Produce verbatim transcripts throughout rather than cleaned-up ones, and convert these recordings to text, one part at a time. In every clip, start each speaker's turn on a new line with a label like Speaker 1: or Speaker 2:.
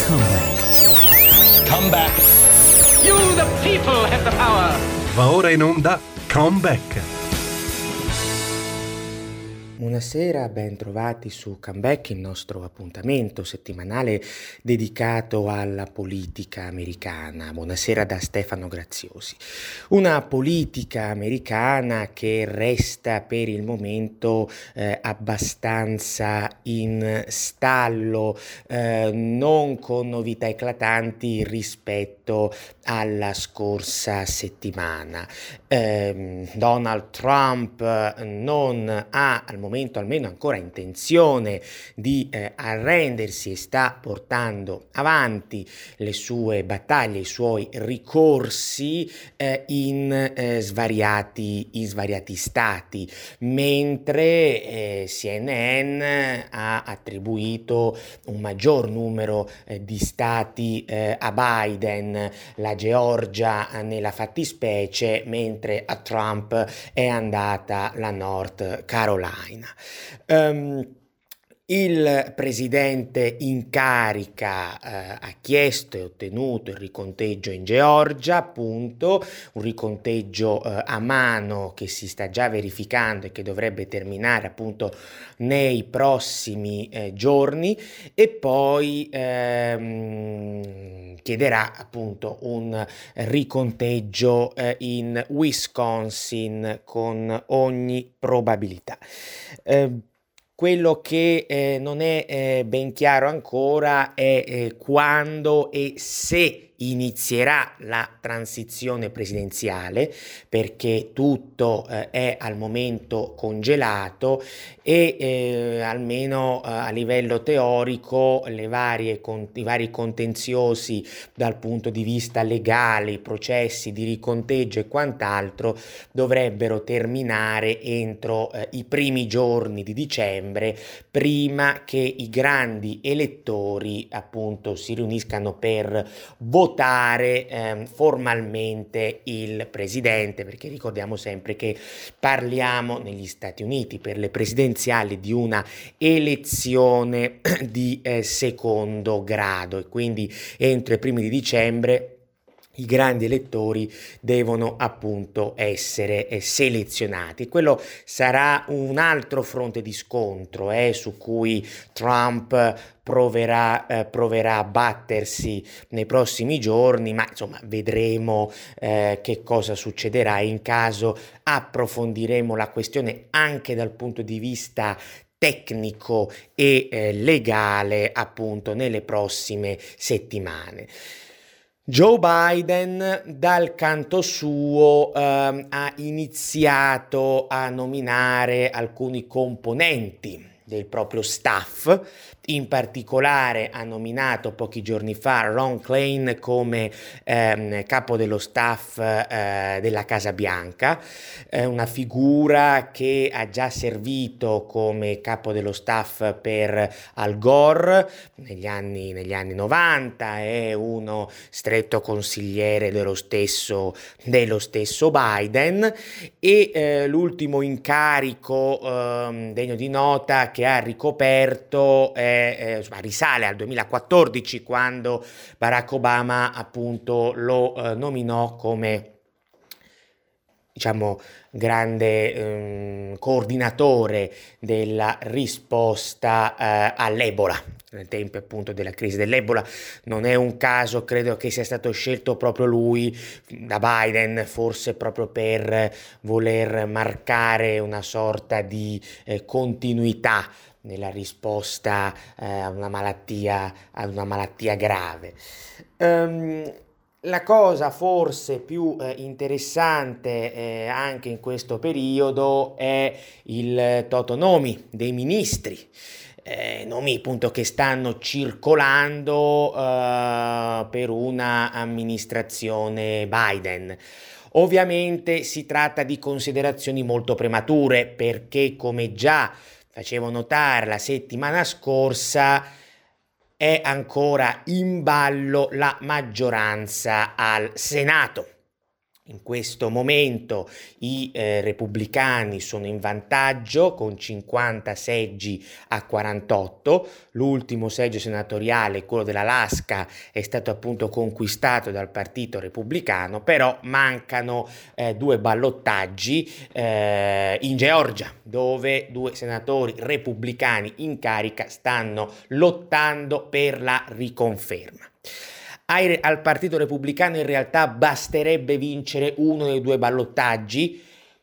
Speaker 1: Comeback.
Speaker 2: Comeback.
Speaker 3: You the people have the power.
Speaker 1: Va ora in onda Comeback.
Speaker 4: Buonasera, ben trovati su Comeback, il nostro appuntamento settimanale dedicato alla politica americana. Buonasera da Stefano Graziosi. Una politica americana che resta per il momento eh, abbastanza in stallo, eh, non con novità eclatanti rispetto alla scorsa settimana. Eh, Donald Trump non ha al momento almeno ancora intenzione di eh, arrendersi e sta portando avanti le sue battaglie, i suoi ricorsi eh, in, eh, svariati, in svariati stati, mentre eh, C N N ha attribuito un maggior numero eh, di stati eh, a Biden, la Georgia eh, nella fattispecie, mentre a Trump è andata la North Carolina. Um, Il presidente in carica eh, ha chiesto e ottenuto il riconteggio in Georgia, appunto, un riconteggio eh, a mano che si sta già verificando e che dovrebbe terminare appunto nei prossimi eh, giorni, e poi ehm, chiederà appunto un riconteggio eh, in Wisconsin con ogni probabilità. Eh, Quello che eh, non è eh, ben chiaro ancora è eh, quando e se inizierà la transizione presidenziale, perché tutto eh, è al momento congelato e eh, almeno eh, a livello teorico le varie con- i vari contenziosi dal punto di vista legale, i processi di riconteggio e quant'altro dovrebbero terminare entro eh, i primi giorni di dicembre, prima che i grandi elettori appunto si riuniscano per votare eh, formalmente il presidente, perché ricordiamo sempre che parliamo negli Stati Uniti per le presidenziali di una elezione di eh, secondo grado, e quindi entro i primi di dicembre i grandi elettori devono appunto essere eh, selezionati. Quello sarà un altro fronte di scontro eh, su cui Trump proverà, eh, proverà a battersi nei prossimi giorni, ma insomma vedremo eh, che cosa succederà. In caso approfondiremo la questione anche dal punto di vista tecnico e eh, legale appunto nelle prossime settimane. Joe Biden dal canto suo ehm, ha iniziato a nominare alcuni componenti del proprio staff. In particolare ha nominato pochi giorni fa Ron Klain come ehm, capo dello staff eh, della Casa Bianca, eh, una figura che ha già servito come capo dello staff per Al Gore negli anni, negli anni novanta, è uno stretto consigliere dello stesso, dello stesso Biden, e eh, l'ultimo incarico eh, degno di nota che ha ricoperto è Eh, insomma, risale al duemilaquattordici, quando Barack Obama appunto lo eh, nominò come diciamo grande ehm, coordinatore della risposta eh, all'Ebola nei tempi appunto della crisi dell'Ebola. Non è un caso, credo che sia stato scelto proprio lui da Biden, forse proprio per voler marcare una sorta di eh, continuità nella risposta eh, a una malattia, a una malattia grave. Um, la cosa forse più eh, interessante eh, anche in questo periodo è il totonomi dei ministri. Eh, nomi appunto che stanno circolando eh, per una amministrazione Biden. Ovviamente si tratta di considerazioni molto premature, perché come già facevo notare la settimana scorsa è ancora in ballo la maggioranza al Senato. In questo momento i eh, repubblicani sono in vantaggio con cinquanta seggi a quarantotto, l'ultimo seggio senatoriale, quello dell'Alaska, è stato appunto conquistato dal partito repubblicano, però mancano eh, due ballottaggi eh, in Georgia, dove due senatori repubblicani in carica stanno lottando per la riconferma. Al Partito Repubblicano in realtà basterebbe vincere uno dei due ballottaggi,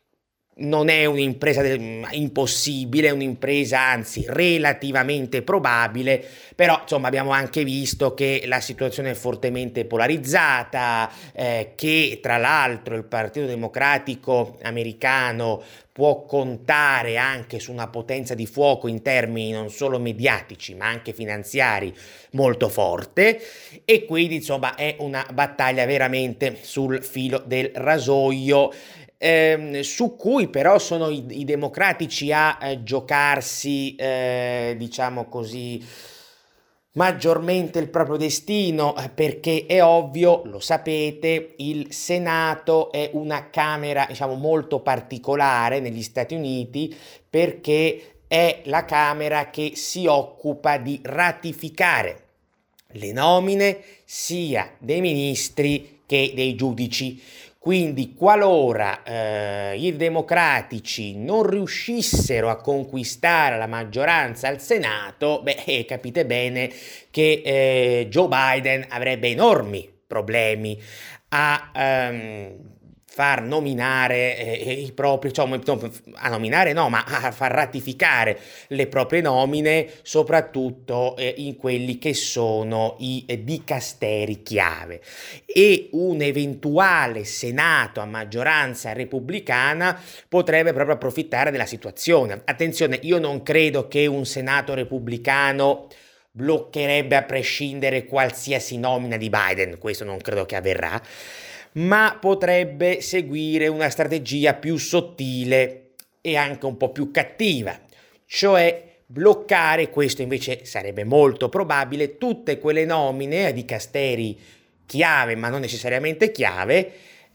Speaker 4: non è un'impresa impossibile, è un'impresa anzi relativamente probabile, però insomma abbiamo anche visto che la situazione è fortemente polarizzata, eh, che tra l'altro il Partito Democratico americano può contare anche su una potenza di fuoco in termini non solo mediatici ma anche finanziari molto forte, e quindi insomma è una battaglia veramente sul filo del rasoio, ehm, su cui però sono i, i democratici a eh, giocarsi eh, diciamo così maggiormente il proprio destino, perché è ovvio, lo sapete, il Senato è una Camera, diciamo, molto particolare negli Stati Uniti, perché è la Camera che si occupa di ratificare le nomine sia dei ministri che dei giudici. Quindi qualora eh, i democratici non riuscissero a conquistare la maggioranza al Senato, beh, capite bene che eh, Joe Biden avrebbe enormi problemi a ehm, far nominare eh, i propri, cioè, a nominare no, ma a far ratificare le proprie nomine, soprattutto eh, in quelli che sono i eh, dicasteri chiave. E un eventuale Senato a maggioranza repubblicana potrebbe proprio approfittare della situazione. Attenzione, io non credo che un Senato repubblicano bloccherebbe a prescindere qualsiasi nomina di Biden, questo non credo che avverrà, ma potrebbe seguire una strategia più sottile e anche un po' più cattiva, cioè bloccare, questo invece sarebbe molto probabile, tutte quelle nomine a dicasteri chiave, ma non necessariamente chiave,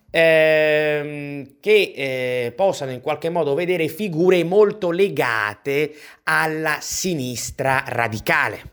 Speaker 4: ehm, che eh, possano in qualche modo vedere figure molto legate alla sinistra radicale.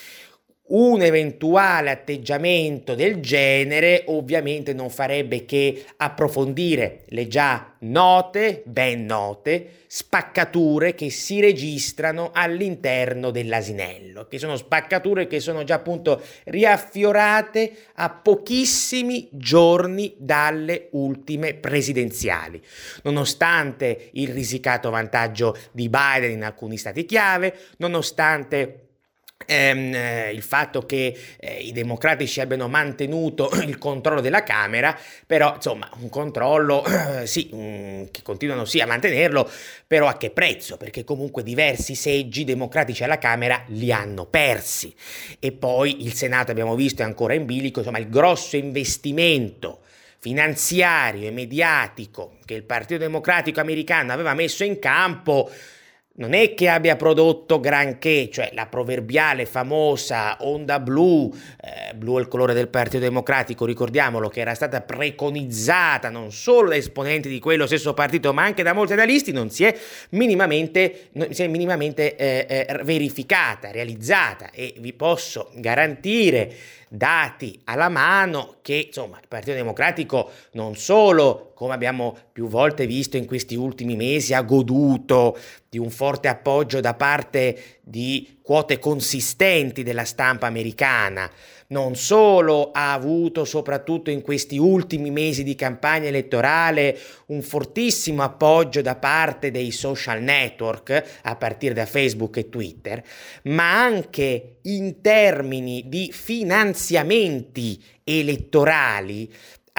Speaker 4: Un eventuale atteggiamento del genere ovviamente non farebbe che approfondire le già note, ben note, spaccature che si registrano all'interno dell'asinello, che sono spaccature che sono già appunto riaffiorate a pochissimi giorni dalle ultime presidenziali. Nonostante il risicato vantaggio di Biden in alcuni stati chiave, nonostante Ehm, eh, il fatto che eh, i democratici abbiano mantenuto il controllo della Camera, però insomma un controllo eh, sì, mh, che continuano sì a mantenerlo, però a che prezzo? Perché comunque diversi seggi democratici alla Camera li hanno persi, e poi il Senato, abbiamo visto, è ancora in bilico. Insomma, il grosso investimento finanziario e mediatico che il Partito Democratico americano aveva messo in campo non è che abbia prodotto granché, cioè la proverbiale famosa onda blu, eh, blu è il colore del Partito Democratico, ricordiamolo, che era stata preconizzata non solo da esponenti di quello stesso partito ma anche da molti analisti, non si è minimamente, non si è minimamente eh, eh, verificata, realizzata, e vi posso garantire, dati alla mano, che insomma il Partito Democratico non solo, come abbiamo più volte visto in questi ultimi mesi, ha goduto di un forte appoggio da parte di quote consistenti della stampa americana, non solo ha avuto, soprattutto in questi ultimi mesi di campagna elettorale, un fortissimo appoggio da parte dei social network, a partire da Facebook e Twitter, ma anche in termini di finanziamenti elettorali.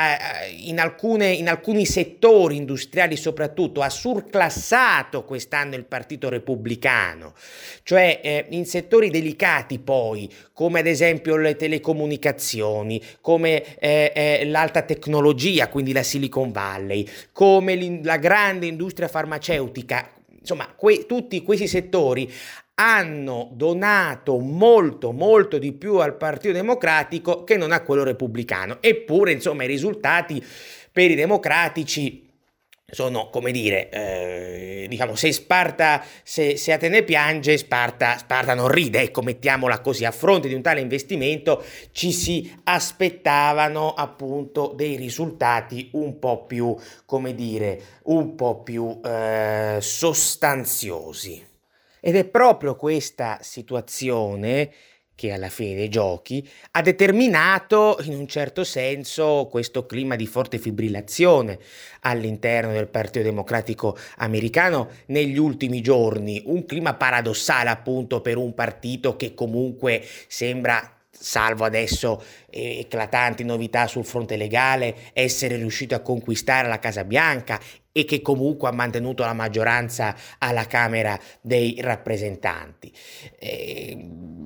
Speaker 4: In, alcune, in alcuni settori industriali soprattutto ha surclassato quest'anno il Partito Repubblicano, cioè eh, in settori delicati poi, come ad esempio le telecomunicazioni, come eh, eh, l'alta tecnologia, quindi la Silicon Valley, come la grande industria farmaceutica, insomma que- tutti questi settori hanno donato molto molto di più al Partito Democratico che non a quello repubblicano, eppure insomma i risultati Per i democratici sono, come dire, eh, diciamo, se Sparta, se, se Atene piange, Sparta, Sparta non ride, ecco, mettiamola così. A fronte di un tale investimento ci si aspettavano appunto dei risultati un po' più, come dire, un po' più eh, sostanziosi. Ed è proprio questa situazione che alla fine dei giochi ha determinato in un certo senso questo clima di forte fibrillazione all'interno del Partito Democratico americano negli ultimi giorni, un clima paradossale appunto per un partito che comunque sembra, salvo adesso eh, eclatanti novità sul fronte legale, essere riuscito a conquistare la Casa Bianca e che comunque ha mantenuto la maggioranza alla Camera dei rappresentanti. Eh,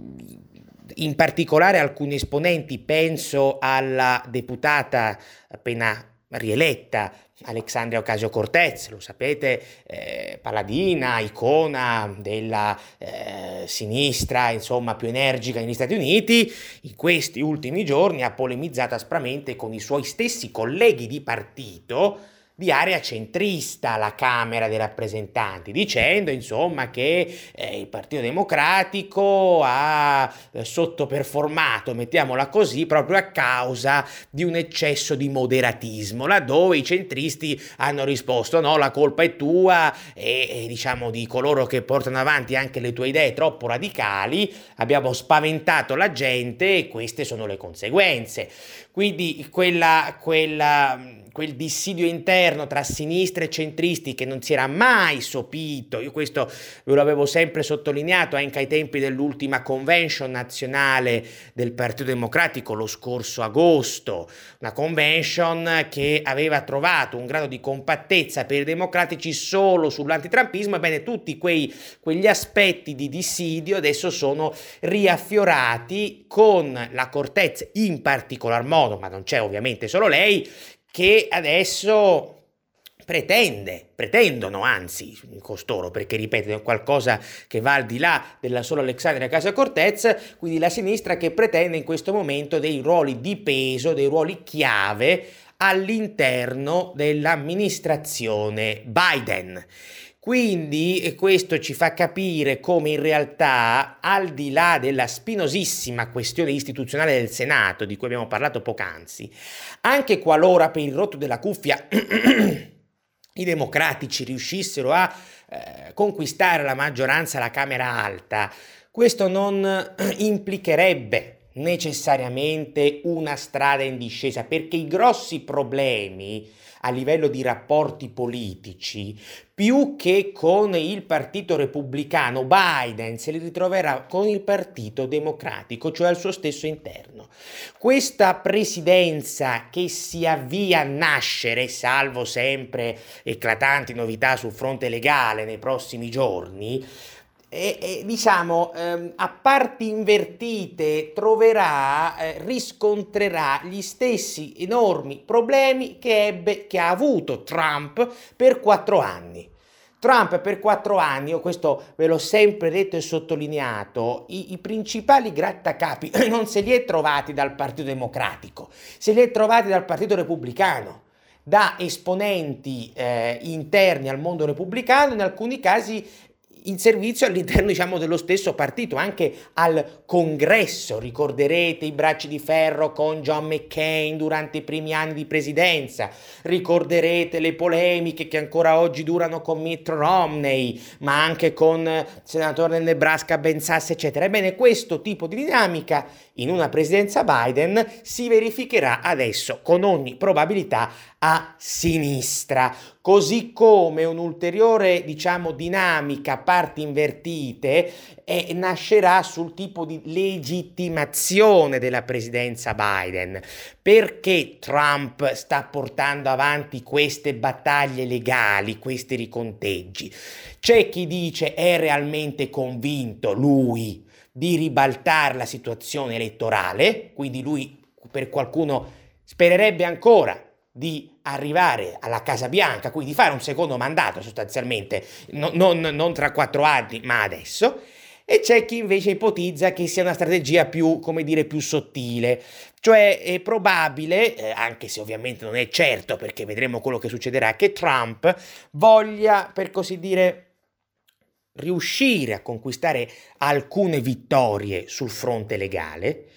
Speaker 4: In particolare alcuni esponenti, penso alla deputata appena rieletta Alexandria Ocasio-Cortez, lo sapete, eh, paladina, icona della eh, sinistra, insomma, più energica negli Stati Uniti, in questi ultimi giorni ha polemizzato aspramente con i suoi stessi colleghi di partito di area centrista alla Camera dei rappresentanti, dicendo insomma che eh, il Partito Democratico ha eh, sottoperformato, mettiamola così, proprio a causa di un eccesso di moderatismo, laddove i centristi hanno risposto no, la colpa è tua e, e diciamo di coloro che portano avanti anche le tue idee troppo radicali, abbiamo spaventato la gente e queste sono le conseguenze. Quindi quella, quella, quel dissidio interno tra sinistra e centristi che non si era mai sopito, io questo ve lo avevo sempre sottolineato anche ai tempi dell'ultima convention nazionale del Partito Democratico lo scorso agosto, una convention che aveva trovato un grado di compattezza per i democratici solo sull'antitrampismo, ebbene tutti quei, quegli aspetti di dissidio adesso sono riaffiorati con la Cortez in particolar modo, ma non c'è ovviamente solo lei, che adesso pretende, pretendono anzi costoro, perché ripeto è qualcosa che va al di là della sola Alexandria Ocasio-Cortez, quindi la sinistra che pretende in questo momento dei ruoli di peso, dei ruoli chiave all'interno dell'amministrazione Biden. Quindi questo ci fa capire come in realtà, al di là della spinosissima questione istituzionale del Senato, di cui abbiamo parlato poc'anzi, anche qualora per il rotto della cuffia i democratici riuscissero a eh, conquistare la maggioranza alla Camera Alta, questo non implicherebbe necessariamente una strada in discesa, perché i grossi problemi a livello di rapporti politici, più che con il Partito Repubblicano, Biden se li ritroverà con il Partito Democratico, cioè al suo stesso interno. Questa presidenza che si avvia a nascere, salvo sempre eclatanti novità sul fronte legale nei prossimi giorni, E, e, diciamo ehm, a parti invertite troverà, eh, riscontrerà gli stessi enormi problemi che ebbe, che ha avuto Trump per quattro anni. Trump per quattro anni, io questo ve l'ho sempre detto e sottolineato, i, i principali grattacapi non se li è trovati dal Partito Democratico, se li è trovati dal Partito Repubblicano, da esponenti eh, interni al mondo repubblicano, in alcuni casi in servizio all'interno, diciamo, dello stesso partito, anche al congresso. Ricorderete i bracci di ferro con John McCain durante i primi anni di presidenza, ricorderete le polemiche che ancora oggi durano con Mitt Romney, ma anche con il senatore del Nebraska Ben Sasse, eccetera. Ebbene, questo tipo di dinamica in una presidenza Biden si verificherà adesso con ogni probabilità a sinistra, così come un'ulteriore, diciamo, dinamica a parti invertite e nascerà sul tipo di legittimazione della presidenza Biden. Perché Trump sta portando avanti queste battaglie legali, questi riconteggi? C'è chi dice è realmente convinto lui di ribaltare la situazione elettorale, quindi lui, per qualcuno, spererebbe ancora di arrivare alla Casa Bianca, quindi fare un secondo mandato sostanzialmente, no, non, non tra quattro anni, ma adesso. e c'è chi invece ipotizza che sia una strategia più, come dire, più sottile. Cioè è probabile, eh, anche se ovviamente non è certo perché vedremo quello che succederà, che Trump voglia, per così dire, riuscire a conquistare alcune vittorie sul fronte legale,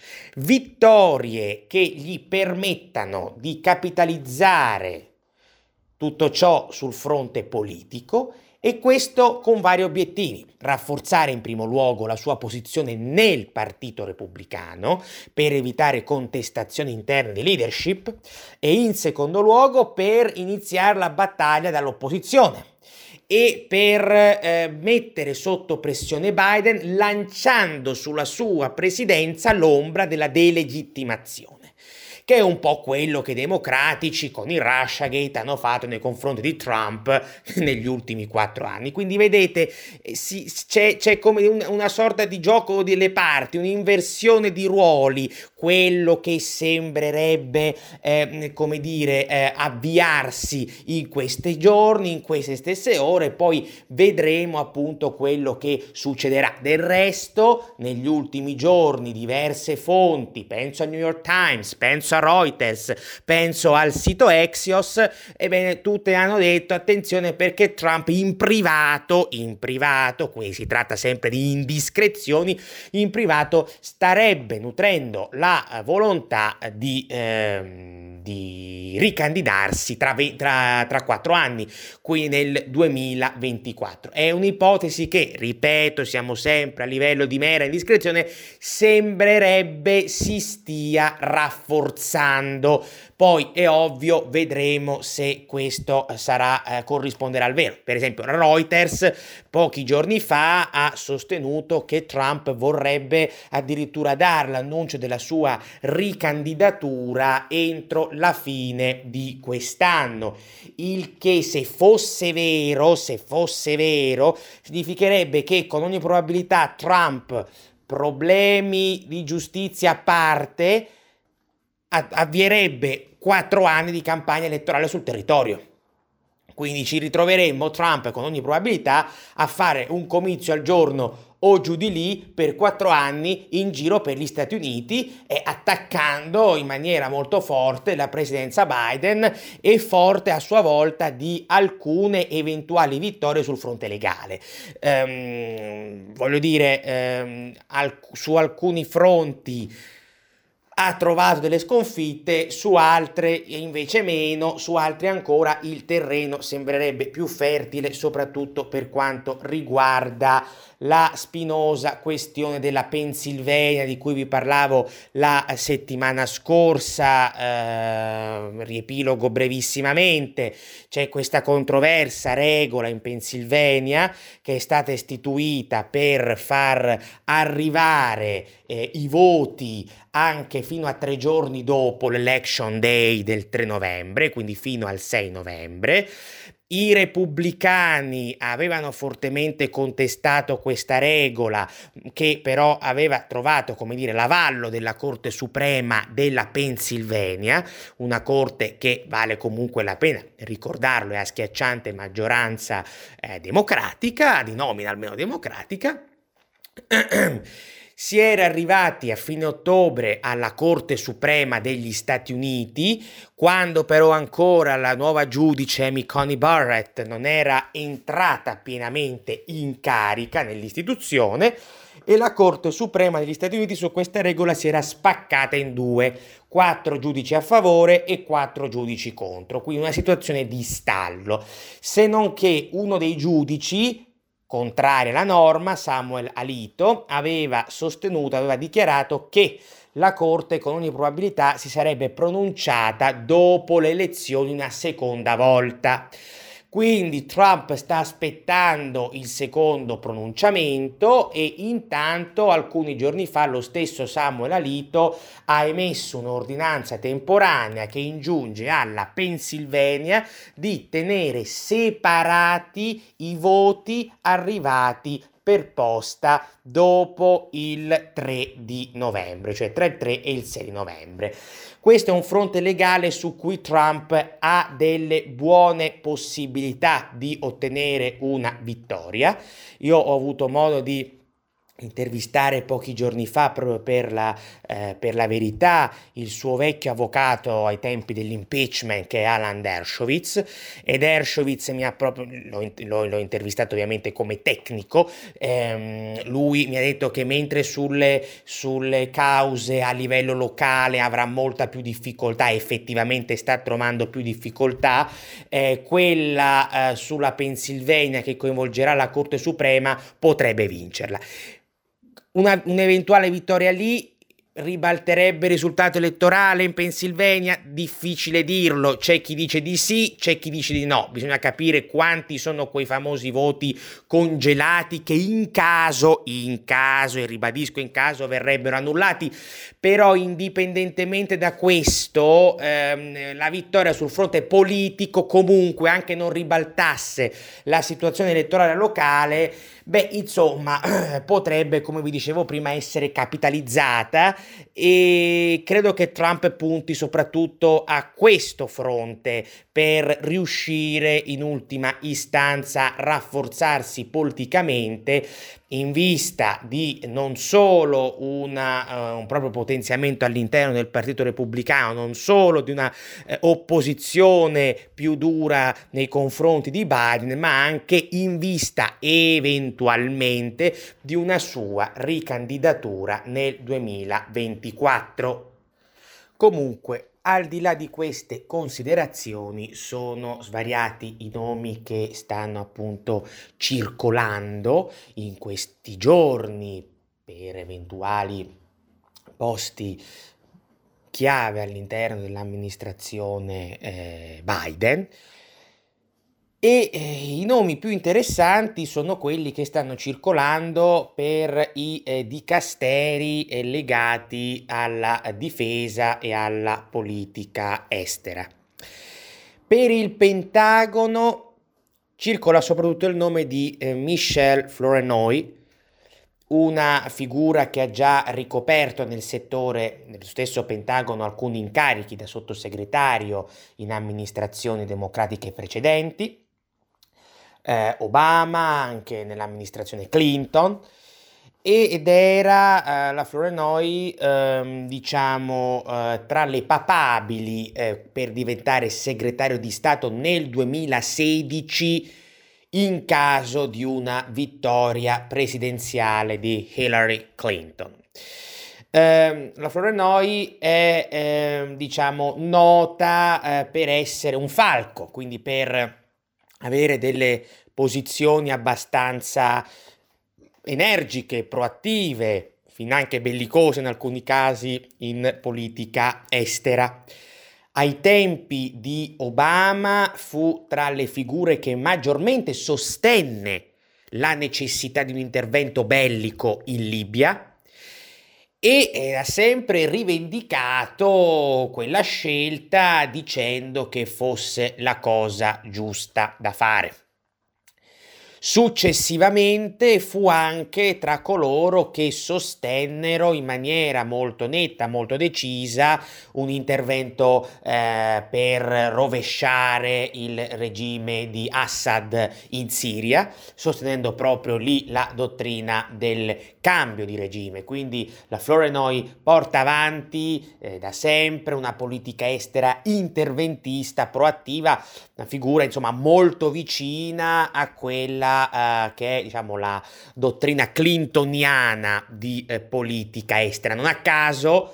Speaker 4: vittorie che gli permettano di capitalizzare tutto ciò sul fronte politico, e questo con vari obiettivi: rafforzare in primo luogo la sua posizione nel Partito Repubblicano per evitare contestazioni interne di leadership, e in secondo luogo per iniziare la battaglia dall'opposizione e per eh, mettere sotto pressione Biden, lanciando sulla sua presidenza l'ombra della delegittimazione, che è un po' quello che i democratici con il Russiagate hanno fatto nei confronti di Trump negli ultimi quattro anni. Quindi vedete, si, c'è, c'è come un, una sorta di gioco delle parti, un'inversione di ruoli, quello che sembrerebbe, eh, come dire, eh, avviarsi in questi giorni, in queste stesse ore, poi vedremo appunto quello che succederà. Del resto, negli ultimi giorni diverse fonti, penso al New York Times, penso a Reuters, penso al sito Axios, ebbene tutte hanno detto attenzione perché Trump in privato, in privato, quindi si tratta sempre di indiscrezioni, in privato starebbe nutrendo la volontà di, eh, di ricandidarsi tra, tra, tra quattro anni, quindi nel duemilaventiquattro. È un'ipotesi che, ripeto, siamo sempre a livello di mera indiscrezione, sembrerebbe si stia rafforzando. Poi è ovvio, vedremo se questo sarà eh, corrisponderà al vero. Per esempio Reuters pochi giorni fa ha sostenuto che Trump vorrebbe addirittura dare l'annuncio della sua ricandidatura entro la fine di quest'anno, il che, se fosse vero, se fosse vero, significherebbe che con ogni probabilità Trump, problemi di giustizia a parte, avvierebbe quattro anni di campagna elettorale sul territorio. Quindi ci ritroveremmo Trump con ogni probabilità a fare un comizio al giorno o giù di lì per quattro anni in giro per gli Stati Uniti, e attaccando in maniera molto forte la presidenza Biden e forte a sua volta di alcune eventuali vittorie sul fronte legale. Ehm, voglio dire, ehm, al- su alcuni fronti ha trovato delle sconfitte, su altre invece meno, su altre ancora il terreno sembrerebbe più fertile, soprattutto per quanto riguarda la spinosa questione della Pennsylvania di cui vi parlavo la settimana scorsa. Eh, riepilogo brevissimamente: c'è questa controversa regola in Pennsylvania che è stata istituita per far arrivare eh, i voti anche fino a tre giorni dopo l'election day del tre novembre, quindi fino al sei novembre. I repubblicani avevano fortemente contestato questa regola, che però aveva trovato, come dire, l'avallo della Corte Suprema della Pennsylvania, una corte che, vale comunque la pena ricordarlo, è a schiacciante maggioranza eh, democratica, di nomina almeno democratica. Si era arrivati a fine ottobre alla Corte Suprema degli Stati Uniti, quando però ancora la nuova giudice Amy Coney Barrett non era entrata pienamente in carica nell'istituzione, e la Corte Suprema degli Stati Uniti su questa regola si era spaccata in due, quattro giudici a favore e quattro giudici contro, quindi una situazione di stallo, se non che uno dei giudici contraria alla norma, Samuel Alito, aveva sostenuto, aveva dichiarato che la Corte con ogni probabilità si sarebbe pronunciata dopo le elezioni una seconda volta. Quindi Trump sta aspettando il secondo pronunciamento, e intanto alcuni giorni fa lo stesso Samuel Alito ha emesso un'ordinanza temporanea che ingiunge alla Pennsylvania di tenere separati i voti arrivati per posta dopo il tre di novembre, cioè tra il tre e il sei di novembre. Questo è un fronte legale su cui Trump ha delle buone possibilità di ottenere una vittoria. Io ho avuto modo di intervistare pochi giorni fa proprio per la, eh, per la Verità il suo vecchio avvocato ai tempi dell'impeachment, che è Alan Dershowitz, e Dershowitz mi ha proprio, l'ho, l'ho, l'ho intervistato ovviamente come tecnico, ehm, lui mi ha detto che mentre sulle, sulle cause a livello locale avrà molta più difficoltà, effettivamente sta trovando più difficoltà, eh, quella eh, sulla Pennsylvania, che coinvolgerà la Corte Suprema, potrebbe vincerla. Una, un'eventuale vittoria lì ribalterebbe il risultato elettorale in Pennsylvania? Difficile dirlo, c'è chi dice di sì, c'è chi dice di no, bisogna capire quanti sono quei famosi voti congelati che in caso, in caso, e ribadisco in caso, verrebbero annullati. Però indipendentemente da questo, ehm, la vittoria sul fronte politico, comunque anche non ribaltasse la situazione elettorale locale, beh, insomma, potrebbe, come vi dicevo prima, essere capitalizzata, e credo che Trump punti soprattutto a questo fronte per riuscire in ultima istanza a rafforzarsi politicamente, in vista di non solo una, uh, un proprio potenziamento all'interno del Partito Repubblicano, non solo di una uh, opposizione più dura nei confronti di Biden, ma anche in vista eventualmente di una sua ricandidatura nel duemilaventiquattro. Comunque, al di là di queste considerazioni, sono svariati i nomi che stanno appunto circolando in questi giorni per eventuali posti chiave all'interno dell'amministrazione eh, Biden. E eh, i nomi più interessanti sono quelli che stanno circolando per i eh, dicasteri eh, legati alla difesa e alla politica estera. Per il Pentagono circola soprattutto il nome di eh, Michelle Flournoy, una figura che ha già ricoperto nel settore, nello stesso Pentagono, alcuni incarichi da sottosegretario in amministrazioni democratiche precedenti. Eh, Obama, anche nell'amministrazione Clinton, ed era eh, la Flournoy eh, diciamo eh, tra le papabili eh, per diventare segretario di Stato nel duemilasedici in caso di una vittoria presidenziale di Hillary Clinton. Eh, la Flournoy è eh, diciamo nota eh, per essere un falco, quindi per avere delle posizioni abbastanza energiche, proattive, finanche bellicose in alcuni casi in politica estera. Ai tempi di Obama fu tra le figure che maggiormente sostenne la necessità di un intervento bellico in Libia, e ha sempre rivendicato quella scelta dicendo che fosse la cosa giusta da fare. Successivamente fu anche tra coloro che sostennero in maniera molto netta, molto decisa, un intervento eh, per rovesciare il regime di Assad in Siria, sostenendo proprio lì la dottrina del cambio di regime. Quindi la Flournoy porta avanti eh, da sempre una politica estera interventista, proattiva, una figura insomma molto vicina a quella Uh, che è diciamo la dottrina clintoniana di eh, politica estera. Non a caso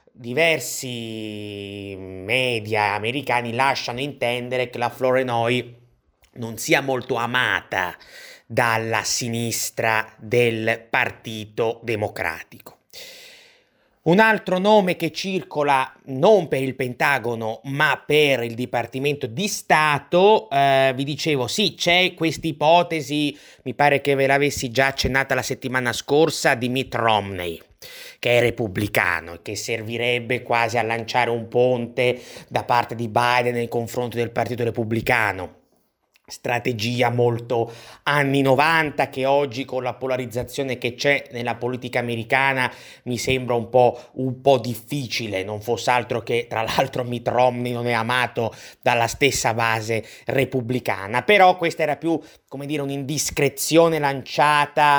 Speaker 4: diversi media americani lasciano intendere che la Flournoy non sia molto amata dalla sinistra del Partito Democratico. Un altro nome che circola non per il Pentagono ma per il Dipartimento di Stato, eh, vi dicevo sì, c'è questa ipotesi, mi pare che ve l'avessi già accennata la settimana scorsa, di Mitt Romney, che è repubblicano e che servirebbe quasi a lanciare un ponte da parte di Biden nei confronti del Partito Repubblicano. Strategia molto anni novanta che oggi, con la polarizzazione che c'è nella politica americana, mi sembra un po', un po' difficile, non fosse altro che tra l'altro Mitt Romney non è amato dalla stessa base repubblicana. Però questa era più, come dire, un'indiscrezione lanciata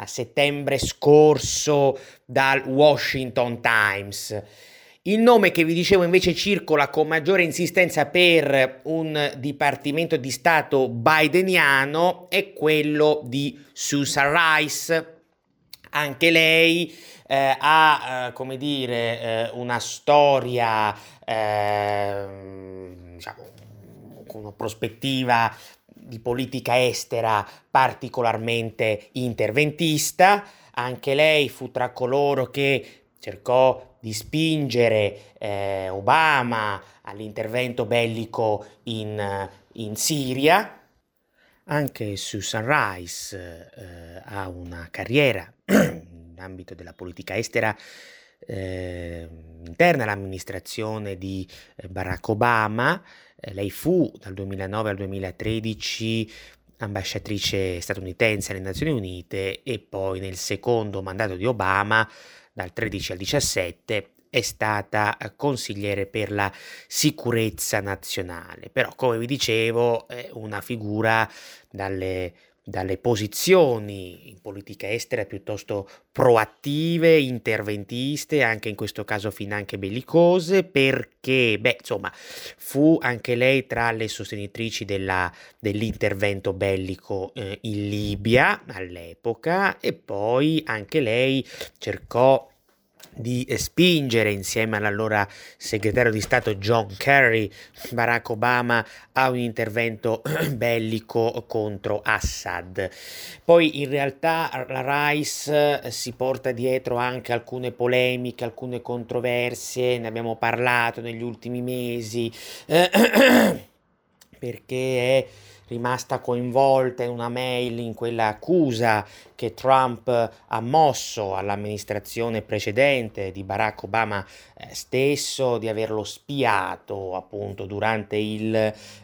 Speaker 4: a settembre scorso dal Washington Times. Il nome che vi dicevo invece circola con maggiore insistenza per un Dipartimento di Stato bideniano è quello di Susan Rice. Anche lei eh, ha, eh, come dire, eh, una storia, eh, diciamo, con una prospettiva di politica estera particolarmente interventista. Anche lei fu tra coloro che cercò di spingere eh, Obama all'intervento bellico in, in Siria. Anche Susan Rice eh, ha una carriera in ambito della politica estera eh, interna all'amministrazione di Barack Obama. Eh, lei fu dal duemilanove al duemilatredici ambasciatrice statunitense alle Nazioni Unite e poi nel secondo mandato di Obama, dal tredici al diciassette, è stata consigliere per la sicurezza nazionale. Però, come vi dicevo, è una figura dalle, dalle posizioni in politica estera piuttosto proattive, interventiste, anche in questo caso finanche bellicose, perché, beh, insomma, fu anche lei tra le sostenitrici della, dell'intervento bellico eh, in Libia all'epoca, e poi anche lei cercò di spingere insieme all'allora segretario di Stato John Kerry Barack Obama a un intervento bellico contro Assad. Poi in realtà la Rice si porta dietro anche alcune polemiche, alcune controversie, ne abbiamo parlato negli ultimi mesi, perché è rimasta coinvolta in una mail, in quella accusa che Trump ha mosso all'amministrazione precedente di Barack Obama eh, stesso, di averlo spiato appunto durante il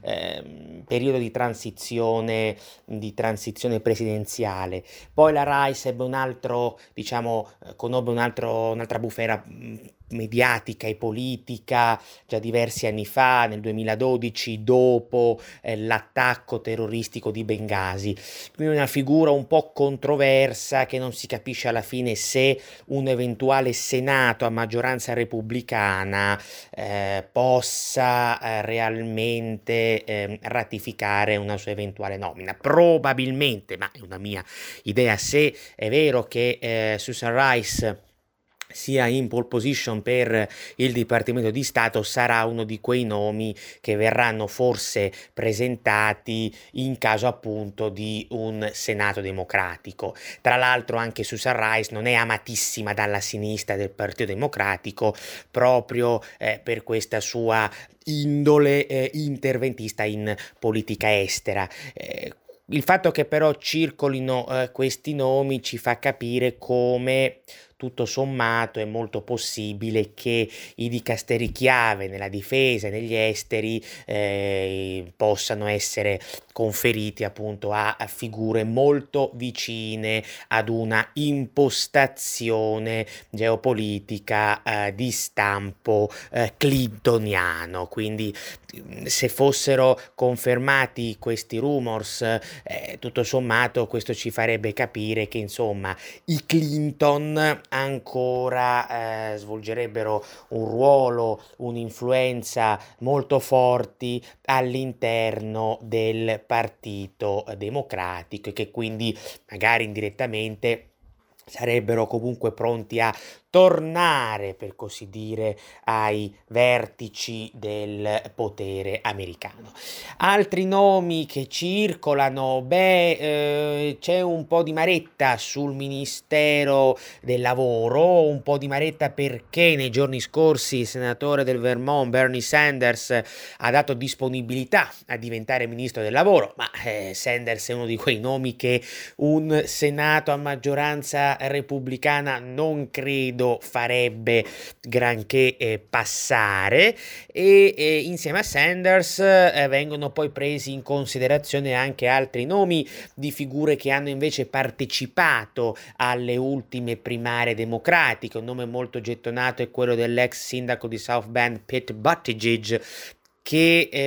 Speaker 4: eh, periodo di transizione di transizione presidenziale. Poi la Rice ebbe un altro, diciamo, eh, conobbe un altro, un'altra bufera mh, mediatica e politica già diversi anni fa, nel duemiladodici, dopo eh, l'attacco terroristico di Bengasi. Quindi una figura un po' controversa, che non si capisce alla fine se un eventuale Senato a maggioranza repubblicana eh, possa eh, realmente eh, ratificare una sua eventuale nomina. Probabilmente, ma è una mia idea, se è vero che eh, Susan Rice sia in pole position per il Dipartimento di Stato, sarà uno di quei nomi che verranno forse presentati in caso appunto di un Senato democratico. Tra l'altro anche Susan Rice non è amatissima dalla sinistra del Partito Democratico, proprio eh, per questa sua indole eh, interventista in politica estera. Eh, il fatto che però circolino eh, questi nomi ci fa capire come tutto sommato è molto possibile che i dicasteri chiave nella difesa e negli esteri eh, possano essere conferiti appunto a, a figure molto vicine ad una impostazione geopolitica eh, di stampo eh, clintoniano. Quindi se fossero confermati questi rumors, eh, tutto sommato questo ci farebbe capire che insomma i Clinton ancora eh, svolgerebbero un ruolo, un'influenza molto forti all'interno del Partito Democratico, e che quindi magari indirettamente sarebbero comunque pronti a tornare, per così dire, ai vertici del potere americano. Altri nomi che circolano, beh, eh, c'è un po' di maretta sul Ministero del Lavoro, un po' di maretta perché nei giorni scorsi il senatore del Vermont Bernie Sanders ha dato disponibilità a diventare ministro del lavoro, ma eh, Sanders è uno di quei nomi che un Senato a maggioranza repubblicana non credo farebbe granché eh, passare, e eh, insieme a Sanders eh, vengono poi presi in considerazione anche altri nomi di figure che hanno invece partecipato alle ultime primarie democratiche. Un nome molto gettonato è quello dell'ex sindaco di South Bend Pete Buttigieg, che eh,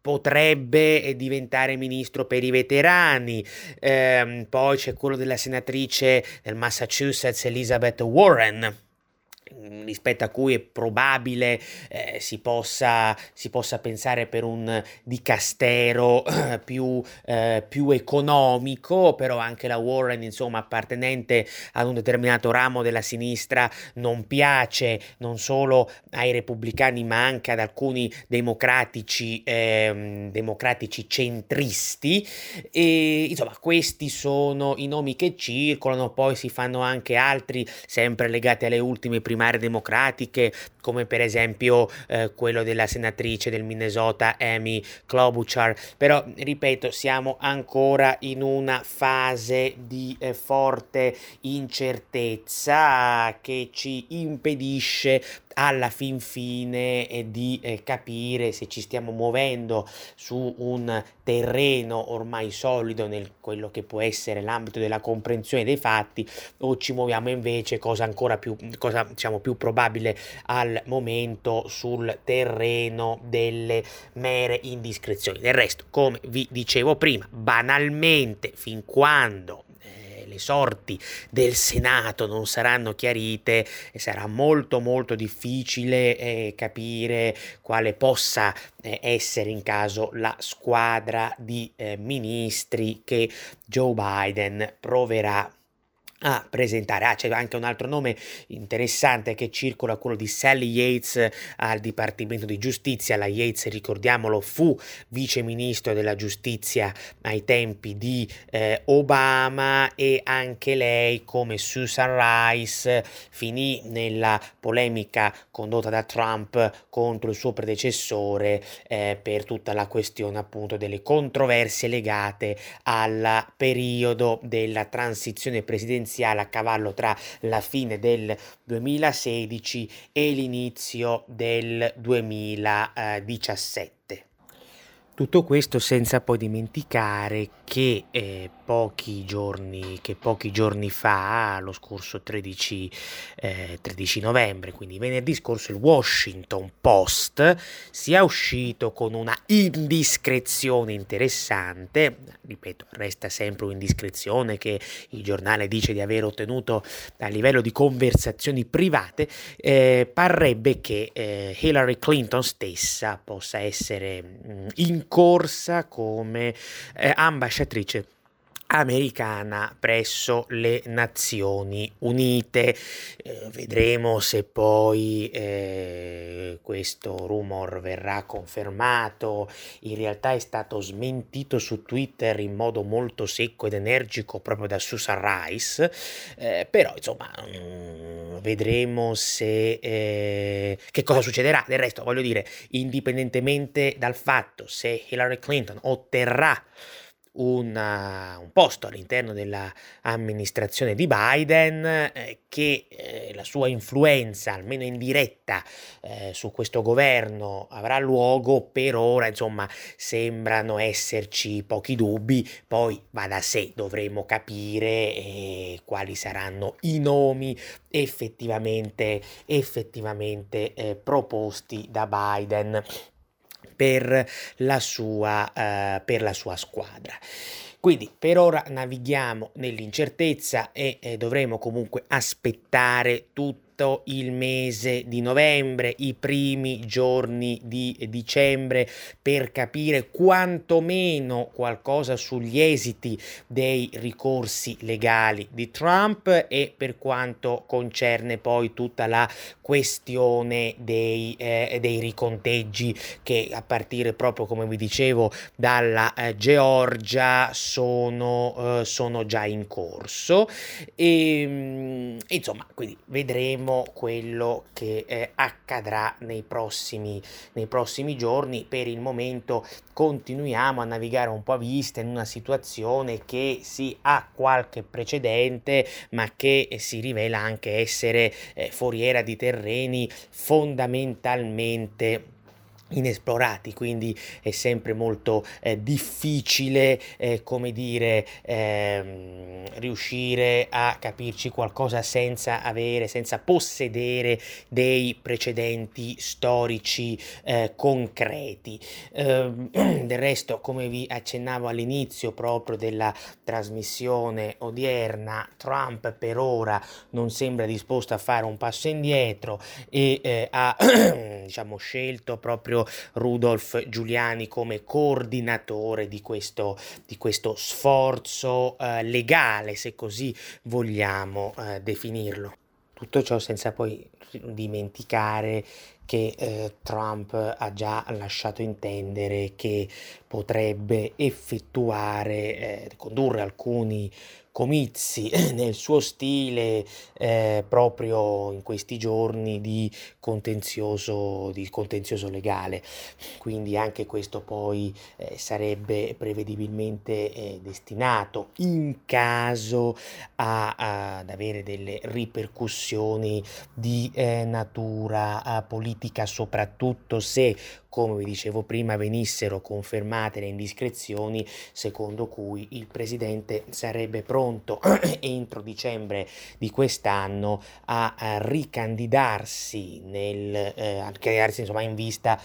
Speaker 4: potrebbe diventare ministro per i veterani. Eh, poi c'è quello della senatrice del Massachusetts Elizabeth Warren, rispetto a cui è probabile eh, si possa, si possa pensare per un dicastero eh, più, eh, più economico, però anche la Warren, insomma, appartenente ad un determinato ramo della sinistra, non piace non solo ai repubblicani ma anche ad alcuni democratici, eh, democratici centristi, e insomma questi sono i nomi che circolano. Poi si fanno anche altri sempre legati alle ultime primarie democratiche, come per esempio eh, quello della senatrice del Minnesota Amy Klobuchar. Però ripeto, siamo ancora in una fase di eh, forte incertezza che ci impedisce alla fin fine eh, di eh, capire se ci stiamo muovendo su un terreno ormai solido nel quello che può essere l'ambito della comprensione dei fatti, o ci muoviamo invece, cosa ancora più, cosa diciamo più probabile al momento, sul terreno delle mere indiscrezioni. Del resto, come vi dicevo prima, banalmente, fin quando le sorti del Senato non saranno chiarite, e sarà molto molto difficile eh, capire quale possa eh, essere in caso la squadra di eh, ministri che Joe Biden proverà a presentare. Ah, c'è anche un altro nome interessante che circola, quello di Sally Yates al Dipartimento di Giustizia. La Yates, ricordiamolo, fu vice ministro della giustizia ai tempi di eh, Obama, e anche lei, come Susan Rice, finì nella polemica condotta da Trump contro il suo predecessore eh, per tutta la questione appunto delle controversie legate al periodo della transizione presidenziale a cavallo tra la fine del duemilasedici e l'inizio del duemiladiciassette. Tutto questo senza poi dimenticare che eh, pochi giorni, che pochi giorni fa, lo scorso tredici, eh, tredici novembre, quindi venerdì scorso, il Washington Post sia uscito con una indiscrezione interessante. Ripeto, resta sempre un'indiscrezione che il giornale dice di aver ottenuto a livello di conversazioni private. Eh, parrebbe che eh, Hillary Clinton stessa possa essere mh, in corsa come eh, ambasciatrice americana presso le Nazioni Unite. Eh, vedremo se poi eh, questo rumor verrà confermato. In realtà è stato smentito su Twitter in modo molto secco ed energico proprio da Susan Rice, eh, però insomma mh, vedremo se eh, che cosa succederà. Del resto, voglio dire, indipendentemente dal fatto se Hillary Clinton otterrà Una, un posto all'interno dell'amministrazione di Biden, eh, che eh, la sua influenza, almeno indiretta, eh, su questo governo avrà luogo, per ora insomma sembrano esserci pochi dubbi. Poi va da sé, dovremo capire eh, quali saranno i nomi effettivamente, effettivamente eh, proposti da Biden per la sua, uh, per la sua squadra. Quindi per ora navighiamo nell'incertezza e eh, dovremo comunque aspettare tutto il mese di novembre, i primi giorni di dicembre, per capire quantomeno qualcosa sugli esiti dei ricorsi legali di Trump, e per quanto concerne poi tutta la questione dei, eh, dei riconteggi che, a partire proprio, come vi dicevo, dalla eh, Georgia sono, eh, sono già in corso. E, mh, insomma, quindi vedremo quello che eh, accadrà nei prossimi, nei prossimi giorni. Per il momento continuiamo a navigare un po' a vista in una situazione che sì ha qualche precedente, ma che eh, si rivela anche essere eh, foriera di terreni fondamentalmente inesplorati, quindi è sempre molto eh, difficile, eh, come dire, ehm, riuscire a capirci qualcosa senza avere, senza possedere dei precedenti storici eh, concreti. Ehm, del resto, come vi accennavo all'inizio proprio della trasmissione odierna, Trump per ora non sembra disposto a fare un passo indietro e eh, ha diciamo scelto proprio Rudolph Giuliani come coordinatore di questo, di questo sforzo eh, legale, se così vogliamo eh, definirlo. Tutto ciò senza poi dimenticare che eh, Trump ha già lasciato intendere che potrebbe effettuare, eh, condurre alcuni comizi nel suo stile eh, proprio in questi giorni di contenzioso, di contenzioso legale. Quindi anche questo poi eh, sarebbe prevedibilmente eh, destinato, in caso a, a, ad avere delle ripercussioni di eh, natura eh, politica, soprattutto se, come vi dicevo prima, venissero confermate le indiscrezioni secondo cui il presidente sarebbe pronto entro dicembre di quest'anno a, a ricandidarsi nel eh, a ricandidarsi insomma in vista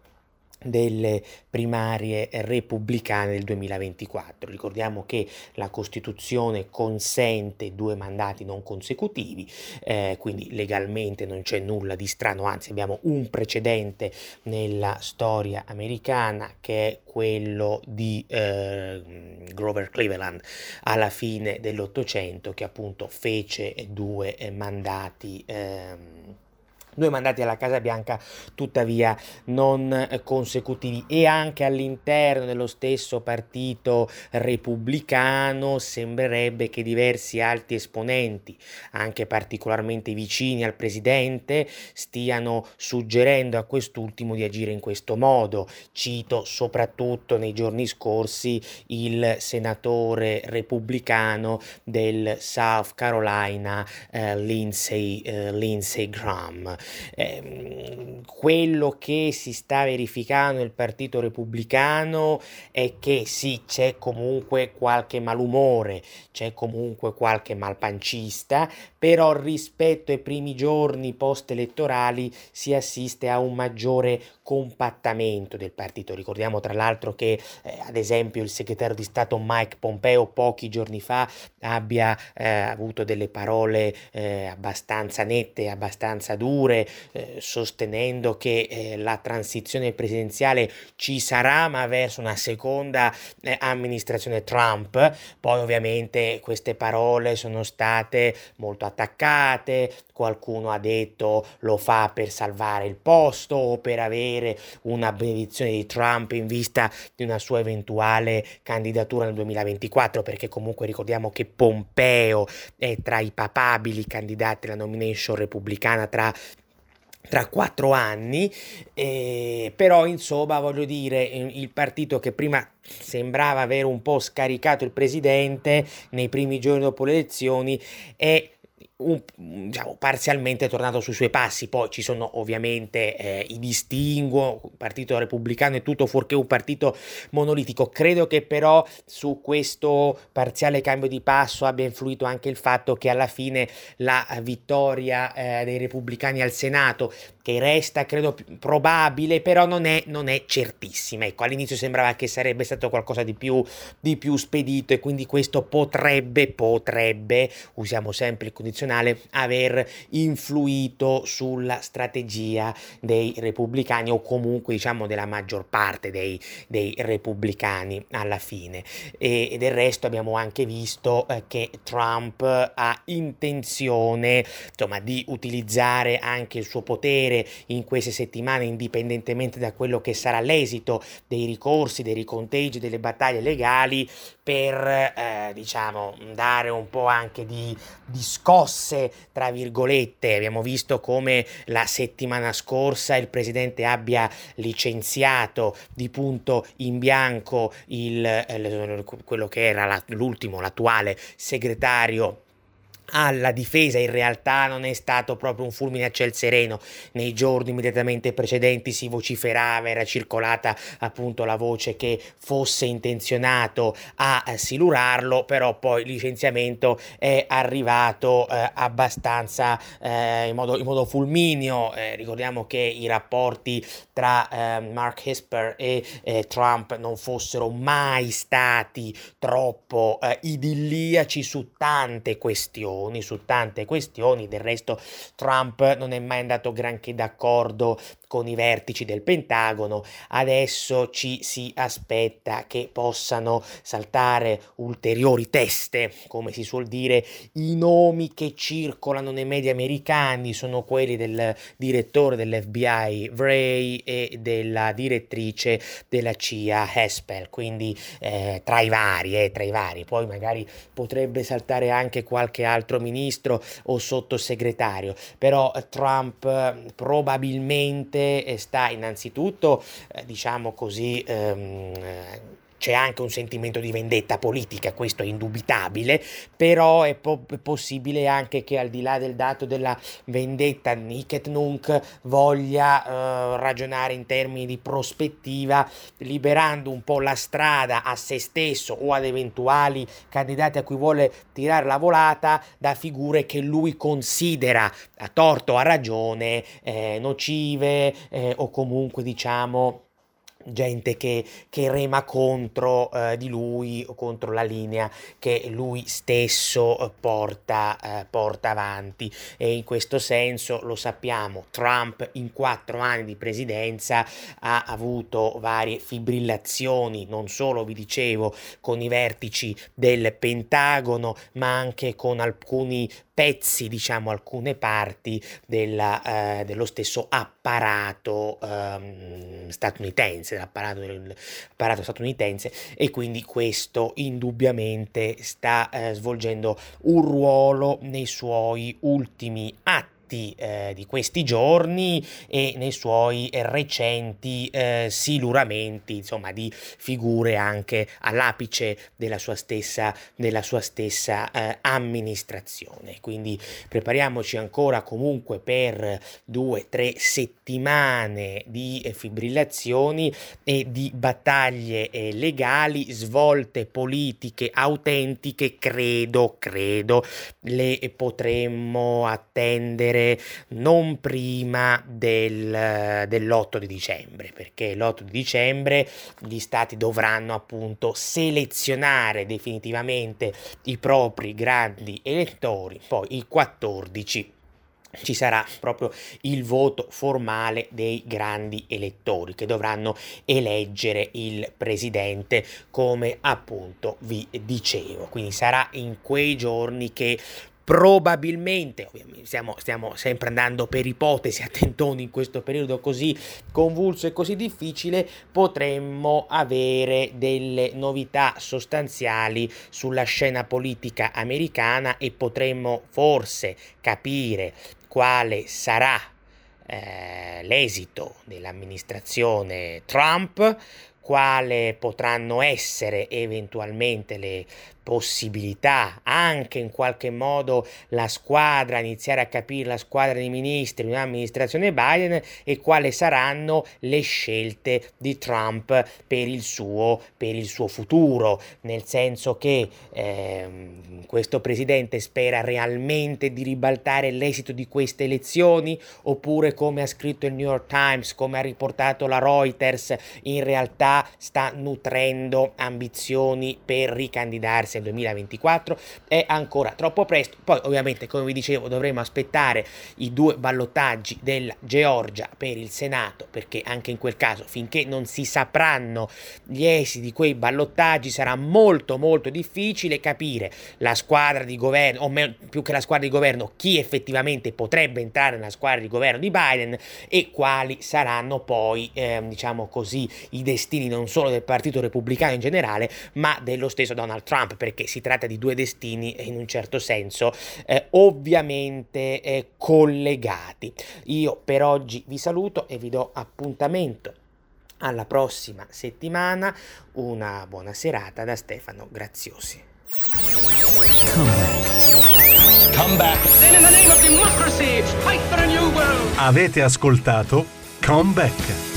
Speaker 4: delle primarie repubblicane del duemilaventiquattro. Ricordiamo che la Costituzione consente due mandati non consecutivi, eh, quindi legalmente non c'è nulla di strano, anzi abbiamo un precedente nella storia americana che è quello di eh, Grover Cleveland alla fine dell'Ottocento, che appunto fece due eh, mandati ehm, Due mandati alla Casa Bianca, tuttavia non consecutivi, e anche all'interno dello stesso partito repubblicano sembrerebbe che diversi alti esponenti, anche particolarmente vicini al presidente, stiano suggerendo a quest'ultimo di agire in questo modo. Cito soprattutto nei giorni scorsi il senatore repubblicano del South Carolina, eh, Lindsey, eh, Lindsey Graham. Eh, quello che si sta verificando nel Partito Repubblicano è che sì, c'è comunque qualche malumore, c'è comunque qualche malpancista, però rispetto ai primi giorni post-elettorali si assiste a un maggiore compattamento del partito. Ricordiamo tra l'altro che eh, ad esempio il segretario di Stato Mike Pompeo pochi giorni fa abbia eh, avuto delle parole eh, abbastanza nette, abbastanza dure, Eh, sostenendo che eh, la transizione presidenziale ci sarà, ma verso una seconda eh, amministrazione Trump. Poi ovviamente queste parole sono state molto attaccate, qualcuno ha detto lo fa per salvare il posto o per avere una benedizione di Trump in vista di una sua eventuale candidatura nel duemilaventiquattro, perché comunque ricordiamo che Pompeo è tra i papabili candidati alla nomination repubblicana tra tra quattro anni, eh, però insomma voglio dire, il partito che prima sembrava avere un po' scaricato il presidente nei primi giorni dopo le elezioni è un, diciamo, parzialmente tornato sui suoi passi. Poi ci sono ovviamente eh, i distinguo, il partito repubblicano è tutto fuorché un partito monolitico. Credo che però su questo parziale cambio di passo abbia influito anche il fatto che alla fine la vittoria eh, dei repubblicani al Senato, che resta credo probabile, però non è, non è certissima. Ecco, all'inizio sembrava che sarebbe stato qualcosa di più, di più spedito, e quindi questo potrebbe, potrebbe, usiamo sempre il condizionale, aver influito sulla strategia dei repubblicani, o comunque diciamo della maggior parte dei, dei repubblicani alla fine. E, e del resto abbiamo anche visto eh, che Trump ha intenzione insomma di utilizzare anche il suo potere in queste settimane, indipendentemente da quello che sarà l'esito dei ricorsi, dei riconteggi, delle battaglie legali, per eh, diciamo dare un po' anche di, di scosse tra virgolette. Abbiamo visto come la settimana scorsa il presidente abbia licenziato di punto in bianco il, eh, quello che era la, l'ultimo, l'attuale segretario alla difesa in realtà non è stato proprio un fulmine a ciel sereno. Nei giorni immediatamente precedenti si vociferava, era circolata appunto la voce che fosse intenzionato a silurarlo, però poi il licenziamento è arrivato eh, abbastanza eh, in, modo, in modo fulmineo. Eh, ricordiamo che i rapporti tra eh, Mark Esper e eh, Trump non fossero mai stati troppo eh, idilliaci su tante questioni. su tante questioni. Del resto Trump non è mai andato granché d'accordo con i vertici del Pentagono. Adesso ci si aspetta che possano saltare ulteriori teste, come si suol dire. I nomi che circolano nei media americani sono quelli del direttore dell'F B I Wray e della direttrice della C I A Haspel, quindi eh, tra i vari, eh, tra i vari. Poi magari potrebbe saltare anche qualche altro ministro o sottosegretario, però Trump eh, probabilmente sta innanzitutto, eh, diciamo così, ehm, c'è anche un sentimento di vendetta politica, questo è indubitabile, però è, po- è possibile anche che al di là del dato della vendetta Nunc et Nunc voglia eh, ragionare in termini di prospettiva, liberando un po' la strada a se stesso o ad eventuali candidati a cui vuole tirare la volata da figure che lui considera, a torto o a ragione, eh, nocive eh, o comunque diciamo gente che, che rema contro eh, di lui o contro la linea che lui stesso eh, porta, eh, porta avanti. E in questo senso lo sappiamo, Trump in quattro anni di presidenza ha avuto varie fibrillazioni, non solo vi dicevo con i vertici del Pentagono, ma anche con alcuni pezzi, diciamo alcune parti della, eh, dello stesso apparato ehm, statunitense, dell'apparato, dell'apparato statunitense, e quindi questo indubbiamente sta eh, svolgendo un ruolo nei suoi ultimi atti Eh, di questi giorni e nei suoi eh, recenti eh, siluramenti, insomma, di figure anche all'apice della sua stessa, della sua stessa eh, amministrazione. Quindi prepariamoci ancora comunque per due tre settimane di eh, fibrillazioni e di battaglie eh, legali, svolte politiche autentiche. Credo, credo le potremmo attendere non prima del, dell'otto di dicembre, perché l'otto di dicembre gli stati dovranno appunto selezionare definitivamente i propri grandi elettori, poi il quattordici ci sarà proprio il voto formale dei grandi elettori che dovranno eleggere il presidente, come appunto vi dicevo. Quindi sarà in quei giorni che probabilmente, ovviamente stiamo, stiamo sempre andando per ipotesi, attentoni in questo periodo così convulso e così difficile, potremmo avere delle novità sostanziali sulla scena politica americana e potremmo forse capire quale sarà eh, l'esito dell'amministrazione Trump, quale potranno essere eventualmente le possibilità, anche in qualche modo la squadra, iniziare a capire la squadra di ministri di un'amministrazione Biden e quali saranno le scelte di Trump per il suo, per il suo futuro, nel senso che ehm, questo presidente spera realmente di ribaltare l'esito di queste elezioni, oppure, come ha scritto il New York Times, come ha riportato la Reuters, in realtà sta nutrendo ambizioni per ricandidarsi nel duemilaventiquattro. È ancora troppo presto. Poi ovviamente, come vi dicevo, dovremo aspettare i due ballottaggi della Georgia per il Senato, perché anche in quel caso, finché non si sapranno gli esiti di quei ballottaggi, sarà molto molto difficile capire la squadra di governo, o meno, più che la squadra di governo, chi effettivamente potrebbe entrare nella squadra di governo di Biden e quali saranno poi eh, diciamo così i destini non solo del Partito Repubblicano in generale, ma dello stesso Donald Trump, perché si tratta di due destini in un certo senso eh, ovviamente eh, collegati. Io per oggi vi saluto e vi do appuntamento alla prossima settimana. Una buona serata da Stefano Graziosi.
Speaker 1: Come
Speaker 2: come back.
Speaker 3: Then in the name of democracy, fight for a new world.
Speaker 1: Avete ascoltato Come Back.